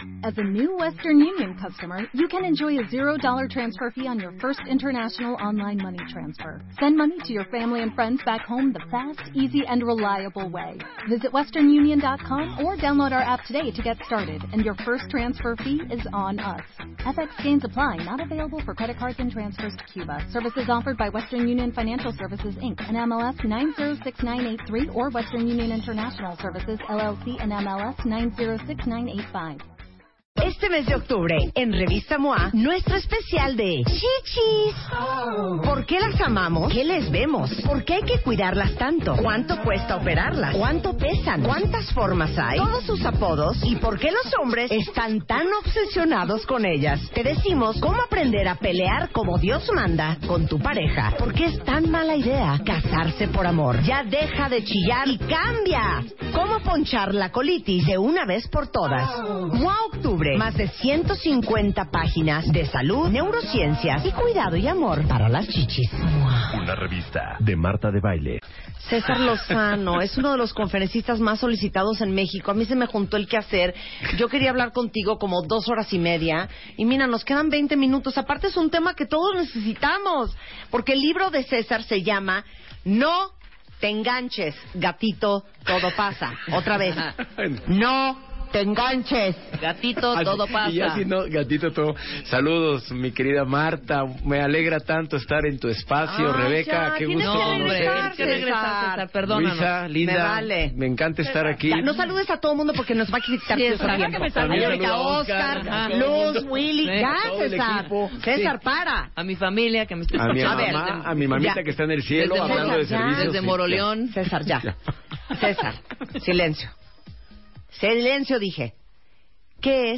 As a new Western Union customer, you can enjoy a $0 transfer fee on your first international online money transfer. Send money to your family and friends back home the fast, easy, and reliable way. Visit westernunion.com or download our app today to get started, and your first transfer fee is on us. FX gains apply, not available for credit cards and transfers to Cuba. Services offered by Western Union Financial Services, Inc., and MLS 906983, or Western Union International Services, LLC, and MLS 906985. Este mes de octubre, en Revista MOA, nuestro especial de chichis. ¿Por qué las amamos? ¿Qué les vemos? ¿Por qué hay que cuidarlas tanto? ¿Cuánto cuesta operarlas? ¿Cuánto pesan? ¿Cuántas formas hay? Todos sus apodos y por qué los hombres están tan obsesionados con ellas. Te decimos cómo aprender a pelear como Dios manda con tu pareja. ¿Por qué es tan mala idea casarse por amor? Ya deja de chillar y cambia. ¿Cómo ponchar la colitis de una vez por todas? MOA Octubre. Más de 150 páginas de salud, neurociencias y cuidado y amor para las chichis. Una revista de Marta de Baile. César Lozano es uno de los conferencistas más solicitados en México. A mí se me juntó el quehacer. Yo quería hablar contigo como 2 horas y media. Y mira, nos quedan 20 minutos. Aparte es un tema que todos necesitamos. Porque el libro de César se llama No te enganches, gatito, todo pasa. Otra vez. No te enganches, gatito, todo pasa. Y ya si no, gatito, todo. Saludos, mi querida Marta. Me alegra tanto estar en tu espacio. Rebeca, ya, qué gusto. Tienes que regresar, César, perdónanos. Luisa, linda, me encanta estar aquí. Ya, no saludes a todo el mundo porque nos va a quitar tiempo. A Oscar, Luz, Willy, ya, César. César, para. A mi familia que me está escuchando. A mi mamita que está en el cielo, hablando de servicios. Desde Moroleón. César, ya. César, silencio. Silencio, dije. ¿Qué es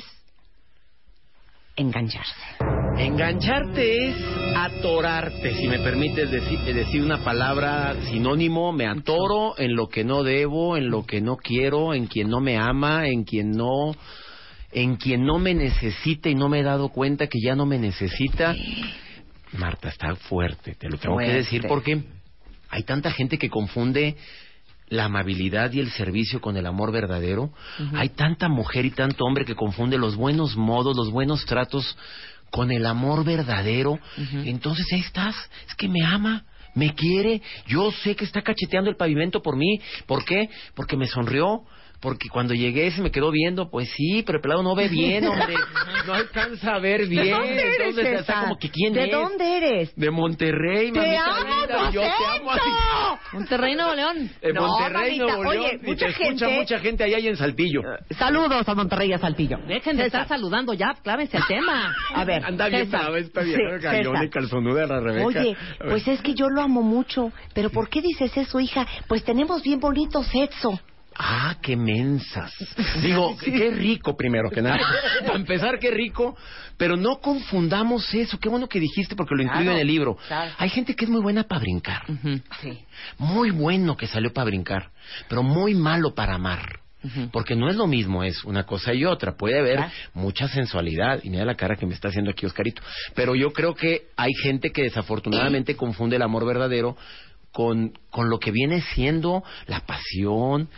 engancharse? Engancharte es atorarte, si me permites decir una palabra sinónimo. Me atoro en lo que no debo, en lo que no quiero, en quien no me ama, en quien no me necesita y no me he dado cuenta que ya no me necesita. Marta, está fuerte, te lo tengo que decir porque hay tanta gente que confunde la amabilidad y el servicio con el amor verdadero. Hay tanta mujer y tanto hombre que confunde los buenos modos, los buenos tratos con el amor verdadero. Entonces ahí estás, es que me ama, me quiere, yo sé que está cacheteando el pavimento por mí. ¿Por qué? Porque me sonrió. Porque cuando llegué se me quedó viendo. Pues sí, pero el pelado no ve bien, hombre. No alcanza a ver bien. ¿De dónde eres, entonces está como que ¿quién es? ¿De dónde eres? De Monterrey, mamita. ¡Te amo, linda. Yo te amo así. Monterrey, Nuevo León. Monterrey, mamita. Nuevo León. Oye, mucha gente allá y en Saltillo. Saludos a Monterrey y a Saltillo. Dejen de estar saludando ya, clávese el tema. A ver, anda bien brava esta vieja cañona y calzonuda la Rebeca. Oye, pues es que yo lo amo mucho. Pero ¿por qué dices eso, hija? Pues tenemos bien bonito sexo. Ah, qué mensas. Digo, qué rico primero que nada. Para empezar, qué rico. Pero no confundamos eso. Qué bueno que dijiste porque lo incluyo en el libro. Claro. Hay gente que es muy buena para brincar. Sí. Muy bueno que salió para brincar. Pero muy malo para amar. Porque no es lo mismo, es una cosa y otra. Puede haber mucha sensualidad. Y mira la cara que me está haciendo aquí Oscarito. Pero yo creo que hay gente que desafortunadamente confunde el amor verdadero con lo que viene siendo la pasión,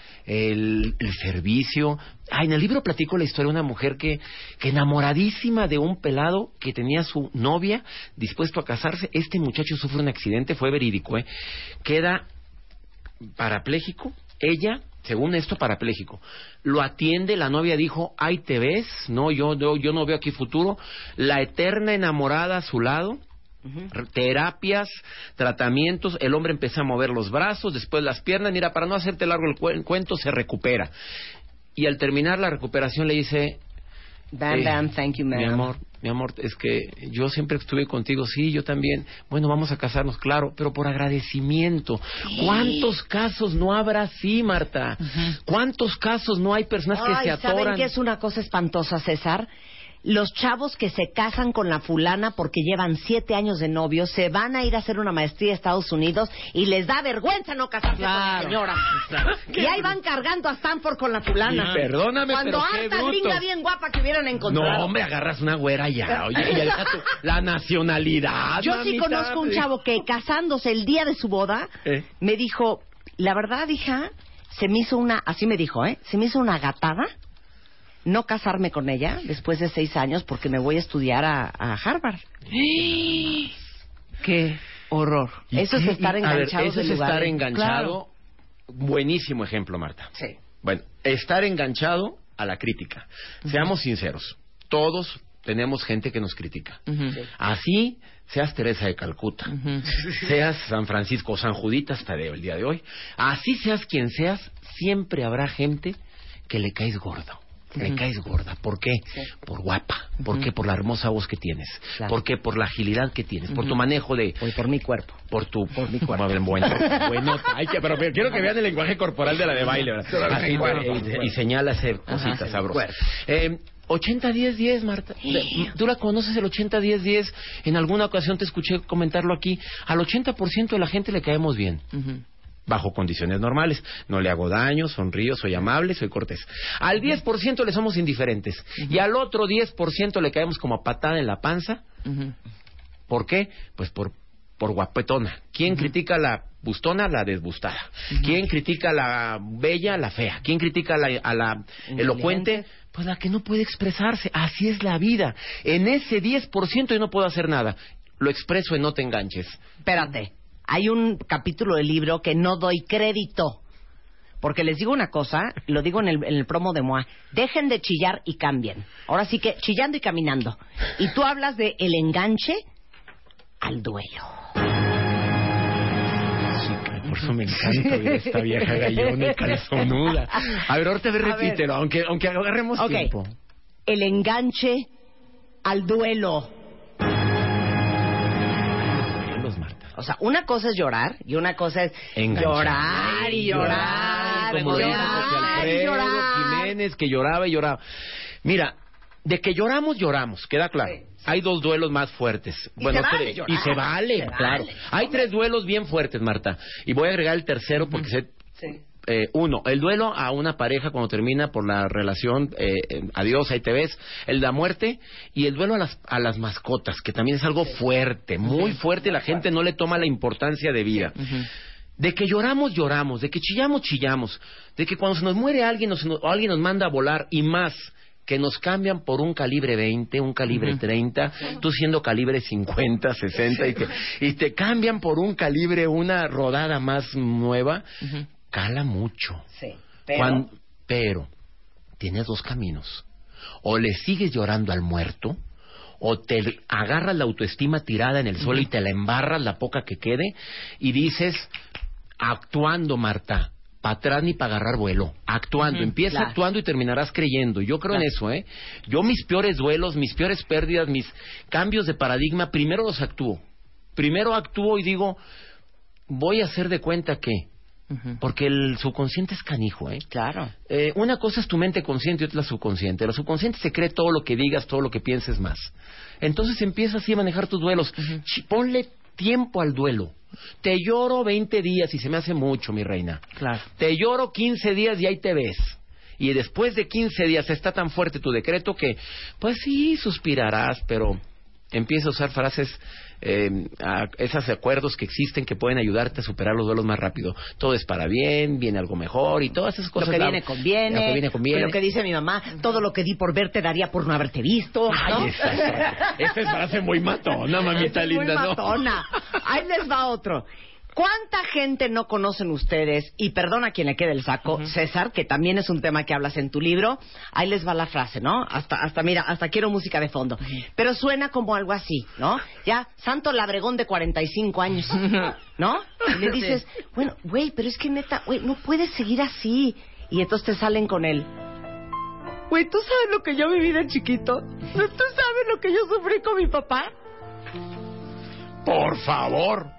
el servicio. En el libro platico la historia de una mujer que enamoradísima de un pelado que tenía su novia, dispuesto a casarse. Este muchacho sufre un accidente, fue verídico, queda parapléjico, ella, según esto, parapléjico. Lo atiende, la novia dijo, ahí te ves, no, yo no veo aquí futuro. La eterna enamorada a su lado. Terapias, tratamientos, el hombre empieza a mover los brazos, después las piernas. Mira, para no hacerte largo el cuento, se recupera. Y al terminar la recuperación le dice, Bam, thank you, ma'am. Mi amor, es que yo siempre estuve contigo. Sí, yo también. Bueno, vamos a casarnos, claro, pero por agradecimiento. ¿Cuántos casos no habrá así, Marta? ¿Cuántos casos no hay personas que se atoran? ¿Saben qué es una cosa espantosa, César? Los chavos que se casan con la fulana porque llevan 7 años de novio se van a ir a hacer una maestría a Estados Unidos y les da vergüenza no casarse con la señora. Y ahí van cargando a Stanford con la fulana. Perdóname, cuando pero qué harta brutos. gringa bien guapa que hubieran encontrado. No, hombre, agarras una güera ya. Oye, ya deja la nacionalidad. Yo sí conozco un chavo que casándose el día de su boda me dijo, la verdad, hija, se me hizo una, así me dijo, se me hizo una gatada. no casarme con ella después de 6 años porque me voy a estudiar a Harvard. ¡Qué horror! Eso es estar enganchado. Eso es estar enganchado. Claro. Buenísimo ejemplo, Marta. Sí. Bueno, estar enganchado a la crítica. Seamos sinceros, todos tenemos gente que nos critica. Así seas Teresa de Calcuta, seas San Francisco o San Juditas Tadeo el día de hoy, así seas quien seas, siempre habrá gente que le caes gordo. Le caes gorda. ¿Por qué? Sí. Por guapa. ¿Por qué? Por la hermosa voz que tienes. Claro. ¿Por qué? Por la agilidad que tienes. Por tu manejo de... Por mi cuerpo. Por mi cuerpo. Bueno, pero quiero que vean el lenguaje corporal de la de baile, ¿verdad? Así, y señala hacer cositas sabrosas. 80-10-10, Marta. Tú la conoces, el 80-10-10. En alguna ocasión te escuché comentarlo aquí. Al 80% de la gente le caemos bien. Bajo condiciones normales. No le hago daño, sonrío, soy amable, soy cortés. Al 10% le somos indiferentes. Y al otro 10% le caemos como a patada en la panza. ¿Por qué? Pues por guapetona. ¿Quién critica la bustona? La desbustada. ¿Quién critica la bella? La fea. ¿Quién critica a la elocuente? Pues la que no puede expresarse. Así es la vida. En ese 10% yo no puedo hacer nada. Lo expreso en No te enganches. Espérate. Hay un capítulo del libro que no doy crédito. Porque les digo una cosa, lo digo en el promo de MOA. Dejen de chillar y cambien. Ahora sí que chillando y caminando. Y tú hablas de el enganche al duelo. Por eso me encanta oír esta vieja gallona y calzonuda. A ver, ahorita repítelo, aunque agarremos tiempo. El enganche al duelo. O sea, una cosa es llorar y una cosa es llorar y llorar. Como lo dijo José Alfredo Jiménez, que lloraba y lloraba. Mira, de que lloramos, queda claro. Sí. Hay 2 duelos más fuertes. Se vale, claro. Hay 3 duelos bien fuertes, Marta. Y voy a agregar el tercero porque uno, el duelo a una pareja cuando termina por la relación, adiós, ahí te ves, el de la muerte, y el duelo a las mascotas, que también es algo fuerte, muy fuerte, y la gente no le toma la importancia de vida. De que lloramos, de que chillamos, de que cuando se nos muere alguien o alguien nos manda a volar, y más, que nos cambian por un calibre 20, un calibre 30, tú siendo calibre 50, 60, y te cambian por un calibre, una rodada más nueva, cala mucho. Sí, pero tienes 2 caminos. O le sigues llorando al muerto, o te agarras la autoestima tirada en el suelo y te la embarras la poca que quede, y dices, actuando, Marta, para atrás ni para agarrar vuelo, actuando, empieza actuando y terminarás creyendo. Yo creo en eso, Yo mis peores duelos, mis peores pérdidas, mis cambios de paradigma, primero los actúo. Primero actúo y digo, voy a hacer de cuenta que... Porque el subconsciente es canijo, Claro. Una cosa es tu mente consciente y otra la subconsciente. La subconsciente se cree todo lo que digas, todo lo que pienses más. Entonces empieza así a manejar tus duelos. Ponle tiempo al duelo. Te lloro 20 días y se me hace mucho, mi reina. Claro. Te lloro 15 días y ahí te ves. Y después de 15 días está tan fuerte tu decreto que, pues sí, suspirarás, pero empieza a usar frases... esos acuerdos que existen que pueden ayudarte a superar los duelos más rápido. Todo es para bien, viene algo mejor y todas esas cosas. Lo que viene conviene. Lo que dice mi mamá, todo lo que di por verte daría por no haberte visto. Ay, esa es frase muy matona, mamita linda, muy matona. Ahí les va otro. ¿Cuánta gente no conocen ustedes? Y perdona a quien le quede el saco, César, que también es un tema que hablas en tu libro. Ahí les va la frase, ¿no? Hasta quiero música de fondo. Pero suena como algo así, ¿no? Ya, Santo Labregón de 45 años, ¿no? Y le dices, bueno, güey, pero es que neta, güey, no puedes seguir así. Y entonces te salen con él. Güey, ¿tú sabes lo que yo viví de chiquito? ¿Tú sabes lo que yo sufrí con mi papá? Por favor.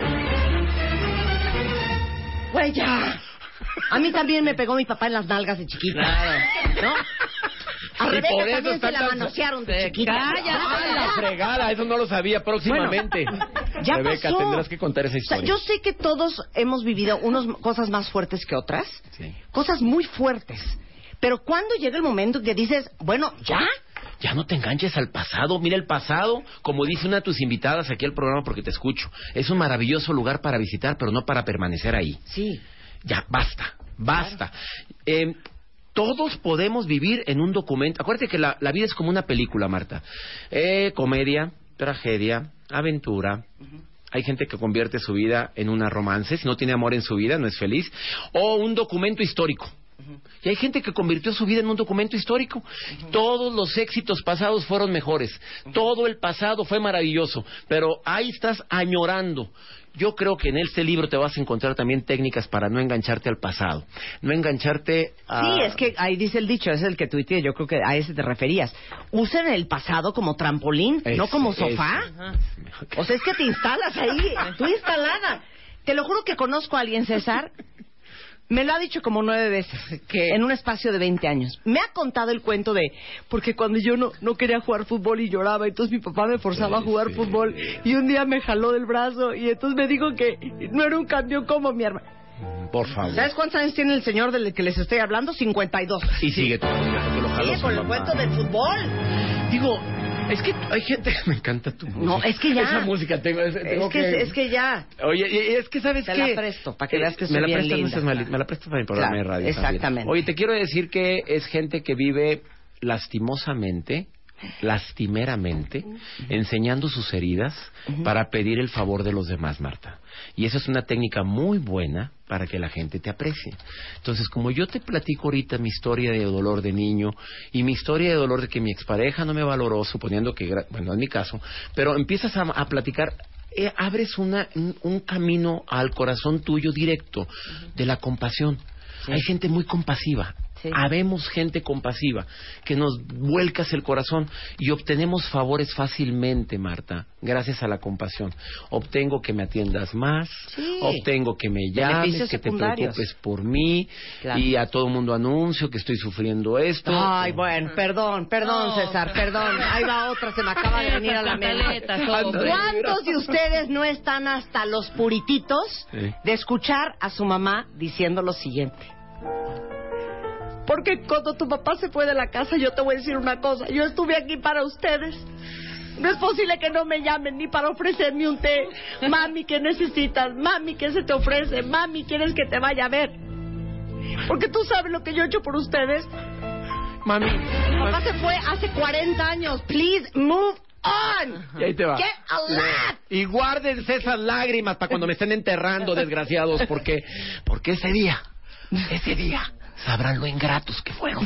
Güey, ya. A mí también me pegó mi papá en las nalgas de chiquita. Claro. ¿No? A Rebeca también se la manosearon de chiquita. ¡Ay, la fregada! Eso no lo sabía próximamente. Bueno, ya Rebeca, pasó. tendrás que contar esa historia. O sea, yo sé que todos hemos vivido unas cosas más fuertes que otras. Sí. Cosas muy fuertes. Pero ¿cuándo llega el momento que dices, bueno, ya? Ya no te enganches al pasado. Mira, el pasado, como dice una de tus invitadas aquí al programa porque te escucho, es un maravilloso lugar para visitar, pero no para permanecer ahí. Sí. Ya, basta. Claro. Todos podemos vivir en un documento. Acuérdate que la vida es como una película, Marta. Comedia, tragedia, aventura. Hay gente que convierte su vida en una romance. Si no tiene amor en su vida, no es feliz. O un documento histórico. Y hay gente que convirtió su vida en un documento histórico. Todos los éxitos pasados fueron mejores. Todo el pasado fue maravilloso. Pero ahí estás añorando. Yo creo que en este libro te vas a encontrar también técnicas para no engancharte al pasado. No engancharte a... Sí, es que ahí dice el dicho, es el que tuiteé, yo creo que a ese te referías. Usen el pasado como trampolín, no como sofá. O sea, es que te instalas ahí, tú instalada. Te lo juro que conozco a alguien, César... Me lo ha dicho como 9 veces, que en un espacio de 20 años. Me ha contado el cuento de, porque cuando yo no quería jugar fútbol y lloraba, entonces mi papá me forzaba a jugar fútbol y un día me jaló del brazo y entonces me dijo que no era un campeón como mi hermano. Por favor. ¿Sabes cuántos años tiene el señor del que les estoy hablando? 52. Y sigue todavía. Sigue con el cuento del fútbol. Digo... Es que hay gente... Me encanta tu música. No, es que ya. Esa música tengo es que ya. Oye, es que ¿sabes qué? Te la presto, para que veas que soy bien linda. Me la prestas para mi programa de radio. Exactamente. También. Oye, te quiero decir que es gente que vive lastimeramente, enseñando sus heridas para pedir el favor de los demás, Marta. Y esa es una técnica muy buena para que la gente te aprecie. Entonces, como yo te platico ahorita mi historia de dolor de niño y mi historia de dolor de que mi expareja no me valoró, suponiendo que, bueno, en mi caso, pero empiezas a platicar, abres un camino al corazón tuyo directo de la compasión. Sí. Hay gente muy compasiva. Sí. Habemos gente compasiva que nos vuelcas el corazón y obtenemos favores fácilmente, Marta, gracias a la compasión. Obtengo que me atiendas más, obtengo que me llames, que te preocupes por mí, y a todo mundo anuncio que estoy sufriendo esto. Ay, bueno, perdón, César, perdón. Ahí va otra, se me acaba de venir a la mente. ¿Cuántos de ustedes no están hasta los purititos de escuchar a su mamá diciendo lo siguiente? Porque cuando tu papá se fue de la casa, yo te voy a decir una cosa. Yo estuve aquí para ustedes. No es posible que no me llamen ni para ofrecerme un té. Mami, ¿qué necesitas? Mami, ¿qué se te ofrece? Mami, ¿quieres que te vaya a ver? Porque tú sabes lo que yo he hecho por ustedes. Mami. Mi papá se fue hace 40 años. Please, move on. Y ahí te va. Get a lot. Y guárdense esas lágrimas para cuando me estén enterrando, desgraciados. Porque ese día... sabrán lo ingratos que fueron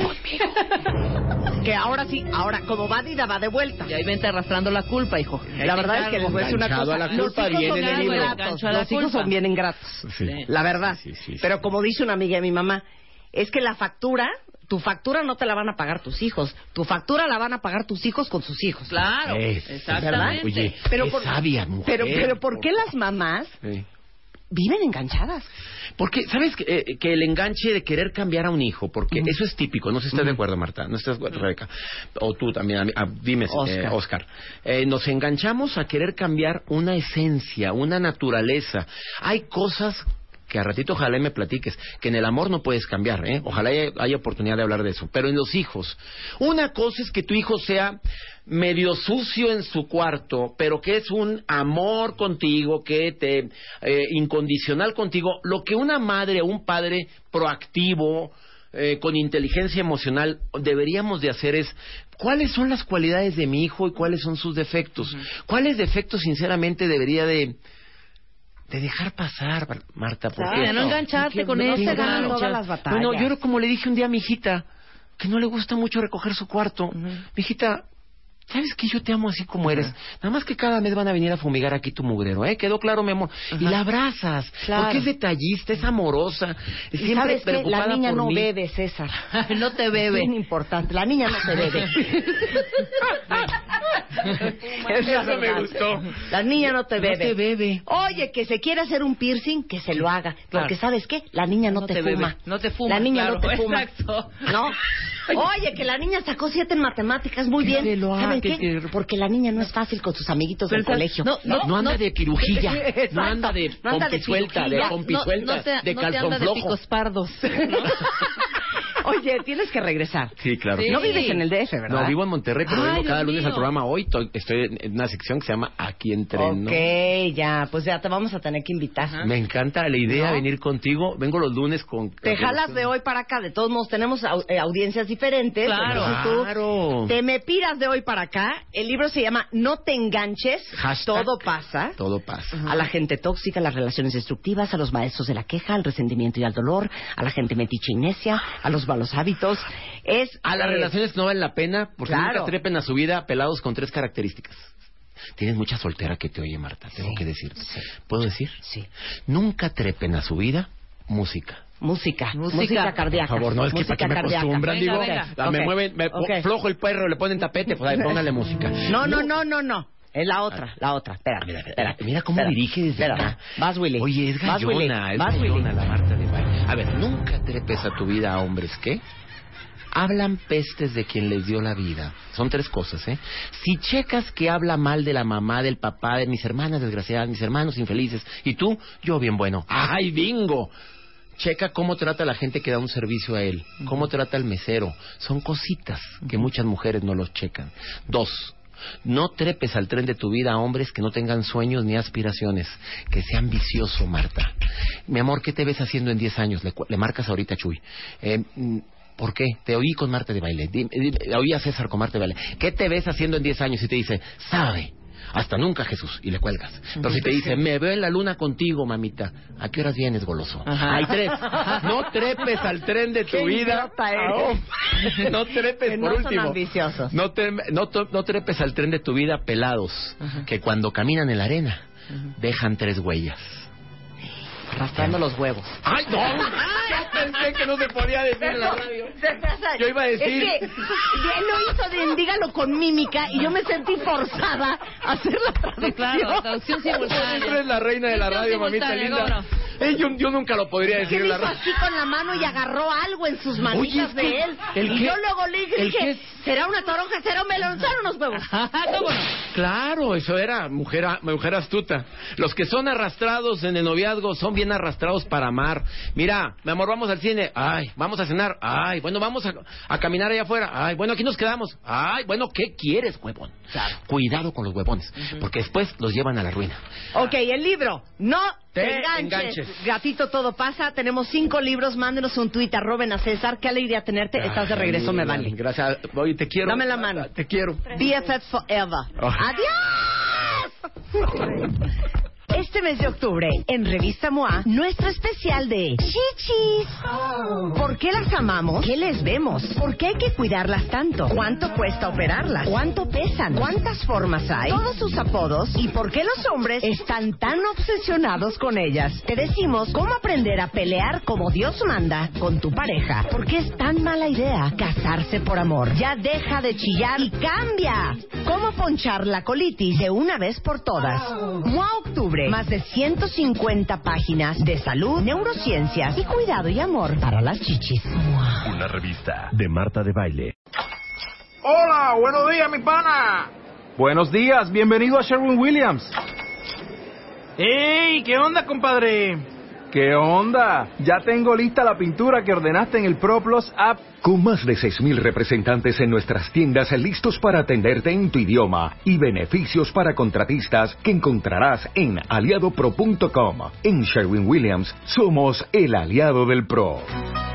conmigo. Que ahora sí, como va Dida, va de vuelta. Y ahí vente arrastrando la culpa, hijo. La verdad es que les voy a decir una cosa. La culpa viene en el libro. Los hijos son bien ingratos. Sí. La verdad. Sí. Pero como dice una amiga de mi mamá, es que la factura, tu factura no te la van a pagar tus hijos. Tu factura la van a pagar tus hijos con sus hijos. Claro. Exactamente. Oye, pero sabia mujer. Pero ¿por qué las mamás viven enganchadas? Porque, ¿sabes que el enganche de querer cambiar a un hijo, porque eso es típico, no sé si estás de acuerdo, Marta, no estás de acuerdo, Rebeca, o tú también, dime, Oscar. Nos enganchamos a querer cambiar una esencia, una naturaleza. Hay cosas que a ratito ojalá me platiques, que en el amor no puedes cambiar, ojalá haya oportunidad de hablar de eso, pero en los hijos, una cosa es que tu hijo sea medio sucio en su cuarto, pero que es un amor contigo, que te incondicional contigo, lo que una madre o un padre proactivo, con inteligencia emocional deberíamos de hacer es, ¿cuáles son las cualidades de mi hijo y cuáles son sus defectos? ¿Cuáles defectos sinceramente debería de dejar pasar, Marta? Porque no engancharte con no ese se ganan todas las batallas. Bueno, yo como le dije un día a mi hijita, que no le gusta mucho recoger su cuarto. Mi hijita, ¿sabes que yo te amo así como eres? Nada más que cada mes van a venir a fumigar aquí tu mugrero, ¿Quedó claro, mi amor? Y la abrazas, porque es detallista, es amorosa, es siempre ¿sabes preocupada qué? La niña por no mí. bebe, César. No te bebe. Es bien importante, la niña no te bebe. Eso me gustó. La niña no te bebe. No te bebe. Oye, que se quiere hacer un piercing, que se lo haga. Porque ¿sabes qué? La niña no te fuma. Bebe. No te fuma. La niña claro, no te fuma. Exacto. ¿No? Oye, que la niña sacó 7 en matemáticas, muy bien. ¿Saben qué? Porque la niña no es fácil con sus amiguitos del colegio. No anda de pirujilla, no anda de pompi suelta, de calzón no te flojo. anda de picos pardos. ¿No? Oye, tienes que regresar. Sí, claro. Sí. No vives en el DF, ¿verdad? No, vivo en Monterrey, pero Ay, vengo cada Dios lunes mío. al programa. Hoy estoy en una sección que se llama Aquí Entreno. Ok, ya, pues ya te vamos a tener que invitar. Me encanta la idea de ¿No? venir contigo. Vengo los lunes con... Te jalas de hoy para acá. De todos modos, tenemos audiencias diferentes. Claro. Entonces tú Claro. te me piras de hoy para acá. El libro se llama No te enganches, Hashtag todo pasa. Todo pasa. A la gente tóxica, a las relaciones destructivas, a los maestros de la queja, al resentimiento y al dolor, a la gente metiche y necia, a los malos hábitos. A las relaciones que no valen la pena, porque Claro. nunca trepen a su vida pelados con 3 características. Tienes mucha soltera que te oye, Marta, tengo que decirte. sí. ¿Puedo decir? Sí. Nunca trepen a su vida música. Música Música. cardíaca. Por favor, no, es que música para que me cardíaca. acostumbran, Venga, digo, venga. me Ok. mueven, Ok. flojo el perro, le ponen tapete, pues ahí, póngale música. No. Es la otra. Espera. Mira cómo dirige desde Espera. acá. Vas, Willy. Oye, es Vas, Willy. gallona, es Vas, Willy. gallona la Marta de baile. A ver, nunca trepes a tu vida a hombres que hablan pestes de quien les dio la vida. Son 3 cosas, ¿eh? Si checas que habla mal de la mamá, del papá, de mis hermanas desgraciadas, mis hermanos infelices, y tú, yo bien bueno. ¡Ay, bingo! Checa cómo trata a la gente que da un servicio a él, cómo trata al mesero. Son cositas que muchas mujeres no los checan. 2, no trepes al tren de tu vida a hombres que no tengan sueños ni aspiraciones, que sean vicioso, Marta. Mi amor, ¿qué te ves haciendo en 10 años? Le marcas ahorita a Chuy. ¿Por qué? Te oí con Marta de baile. Oí a César con Marta de baile. ¿Qué te ves haciendo en 10 años? Y te dice, sabe. Hasta nunca, Jesús, y le cuelgas. Pero si te dice, me veo en la luna contigo, mamita, ¿a qué horas vienes, goloso? Ajá. Hay 3. No trepes al tren de tu Qué vida. idiota eres. No trepes, Que por no son último. ambiciosos. No trepes al tren de tu vida pelados, que cuando caminan en la arena, dejan 3 huellas. Arrastrando los huevos. ¡Ay, no! Yo pensé que no se podía decir en la radio. Yo iba a decir... Es que él lo hizo de dígalo con mímica y yo me sentí forzada a hacer la traducción. Sí, claro, traducción simultánea. Tú eres la reina de la radio, mamita linda. Yo nunca lo podría Que decir en le la hizo radio. así con la mano y agarró algo en sus manitas Oye, es que de él. el Y que- yo luego le el dije, que- ¿será una toronja, será un melón, será unos huevos? ¿Cómo no? Claro, eso era mujer astuta. Los que son arrastrados en el noviazgo son bien arrastrados para amar. Mira, mi amor, vamos al cine. Ay, vamos a cenar. Ay, bueno, vamos a caminar allá afuera. Ay, bueno, aquí nos quedamos. Ay, bueno, ¿qué quieres, huevón? Cuidado con los huevones, porque después los llevan a la ruina. Ok, el libro. No te Te enganches. enganches. Gatito, todo pasa. Tenemos 5 libros. Mándenos un tuit, arroben a César. Qué alegría tenerte. Estás de regreso, me vale. Gracias. Oye, te quiero. Dame la mano. Te quiero. BFF forever. ¡Adiós! Este mes de octubre, en Revista MOA, nuestro especial de chichis. ¿Por qué las amamos? ¿Qué les vemos? ¿Por qué hay que cuidarlas tanto? ¿Cuánto cuesta operarlas? ¿Cuánto pesan? ¿Cuántas formas hay? Todos sus apodos. ¿Y por qué los hombres están tan obsesionados con ellas? Te decimos cómo aprender a pelear como Dios manda con tu pareja. ¿Por qué es tan mala idea casarse por amor? Ya deja de chillar y cambia. ¿Cómo ponchar la colitis de una vez por todas? MOA Octubre. Más de 150 páginas de salud, neurociencias y cuidado y amor para las chichis. MOA. Una revista de Marta de baile. Hola, buenos días, mi pana. Buenos días, bienvenido a Sherwin-Williams. ¡Ey! ¿Qué onda, compadre? ¿Qué onda? Ya tengo lista la pintura que ordenaste en el ProPlus app. Con más de 6,000 representantes en nuestras tiendas listos para atenderte en tu idioma y beneficios para contratistas que encontrarás en aliadopro.com. En Sherwin-Williams somos el aliado del pro.